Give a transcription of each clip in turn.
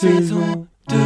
saison 2.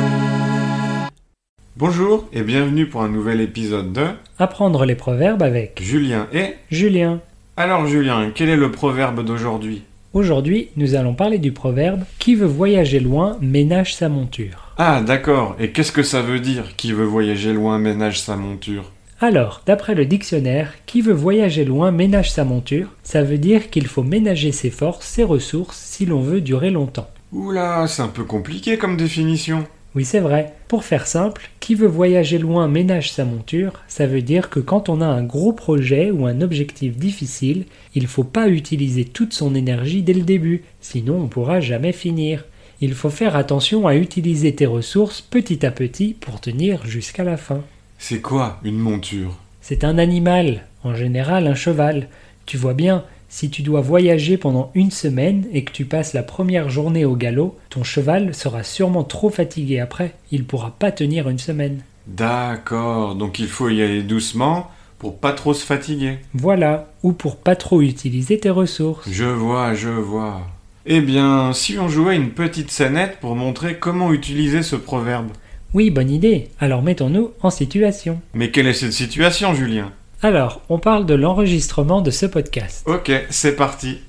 Bonjour et bienvenue pour un nouvel épisode de Apprendre les proverbes avec Julien et Julien. Alors Julien, quel est le proverbe d'aujourd'hui? Aujourd'hui, nous allons parler du proverbe « Qui veut voyager loin ménage sa monture ». Ah d'accord, et qu'est-ce que ça veut dire? Qui veut voyager loin ménage sa monture? Alors, d'après le dictionnaire, qui veut voyager loin ménage sa monture, ça veut dire qu'il faut ménager ses forces, ses ressources, si l'on veut durer longtemps. Oula, c'est un peu compliqué comme définition. Oui, c'est vrai. Pour faire simple, qui veut voyager loin ménage sa monture, ça veut dire que quand on a un gros projet ou un objectif difficile, il faut pas utiliser toute son énergie dès le début, sinon on pourra jamais finir. Il faut faire attention à utiliser tes ressources petit à petit pour tenir jusqu'à la fin. C'est quoi une monture? C'est un animal, en général un cheval. Tu vois bien, si tu dois voyager pendant une semaine et que tu passes la première journée au galop, ton cheval sera sûrement trop fatigué après. Il pourra pas tenir une semaine. D'accord, donc il faut y aller doucement pour pas trop se fatiguer. Voilà, ou pour pas trop utiliser tes ressources. Je vois. Eh bien, si on jouait une petite scénette pour montrer comment utiliser ce proverbe. Oui, bonne idée. Alors mettons-nous en situation. Mais quelle est cette situation, Julien? Alors, on parle de l'enregistrement de ce podcast. Ok, c'est parti.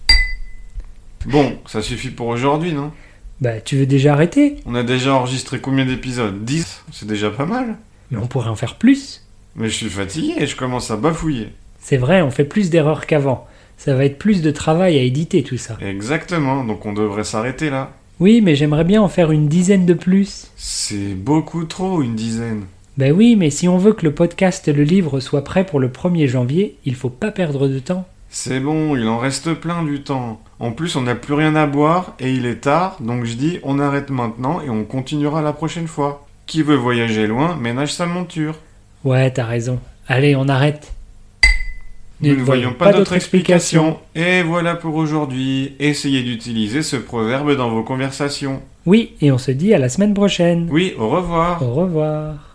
Bon, ça suffit pour aujourd'hui, non? Bah, tu veux déjà arrêter? On a déjà enregistré combien d'épisodes? 10? C'est déjà pas mal. Mais on pourrait en faire plus. Mais je suis fatigué et je commence à bafouiller. C'est vrai, on fait plus d'erreurs qu'avant. Ça va être plus de travail à éditer tout ça. Exactement, donc on devrait s'arrêter là. Oui, mais j'aimerais bien en faire une dizaine de plus. C'est beaucoup trop, une dizaine. Ben oui, mais si on veut que le podcast et le livre soient prêts pour le 1er janvier, il faut pas perdre de temps. C'est bon, il en reste plein du temps. En plus, on n'a plus rien à boire et il est tard, donc je dis on arrête maintenant et on continuera la prochaine fois. Qui veut voyager loin, ménage sa monture. Ouais, t'as raison. Allez, on arrête. Nous ne voyons pas d'autre explication. Et voilà pour aujourd'hui. Essayez d'utiliser ce proverbe dans vos conversations. Oui, et on se dit à la semaine prochaine. Oui, au revoir. Au revoir.